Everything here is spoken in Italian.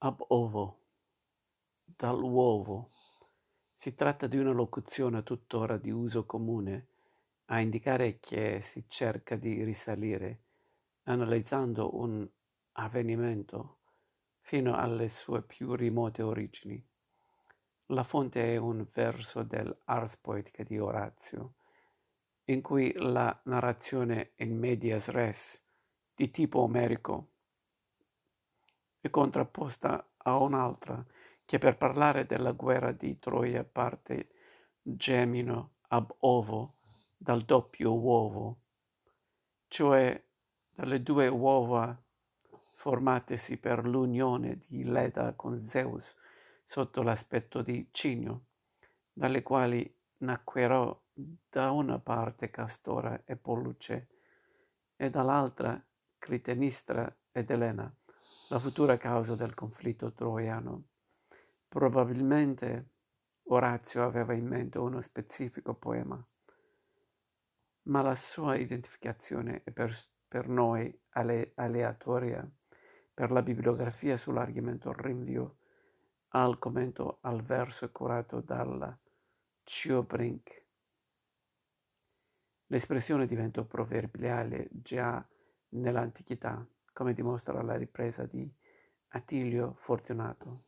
Ab ovo, dall'uovo. Si tratta di una locuzione tuttora di uso comune a indicare che si cerca di risalire, analizzando un avvenimento fino alle sue più remote origini. La fonte è un verso dell'Ars Poetica di Orazio, in cui la narrazione in medias res, di tipo omerico, è contrapposta a un'altra che per parlare della guerra di Troia parte gemino ab ovo, dal doppio uovo, cioè dalle due uova formatesi per l'unione di Leda con Zeus sotto l'aspetto di Cinio, dalle quali nacquero da una parte Castora e Polluce e dall'altra Clitennestra ed Elena, la futura causa del conflitto troiano. Probabilmente Orazio aveva in mente uno specifico poema, ma la sua identificazione è per noi aleatoria. Per la bibliografia sull'argomento rinvio al commento al verso curato dalla Chiobrink. L'espressione diventò proverbiale già nell'antichità, come dimostra la ripresa di Attilio Fortunato.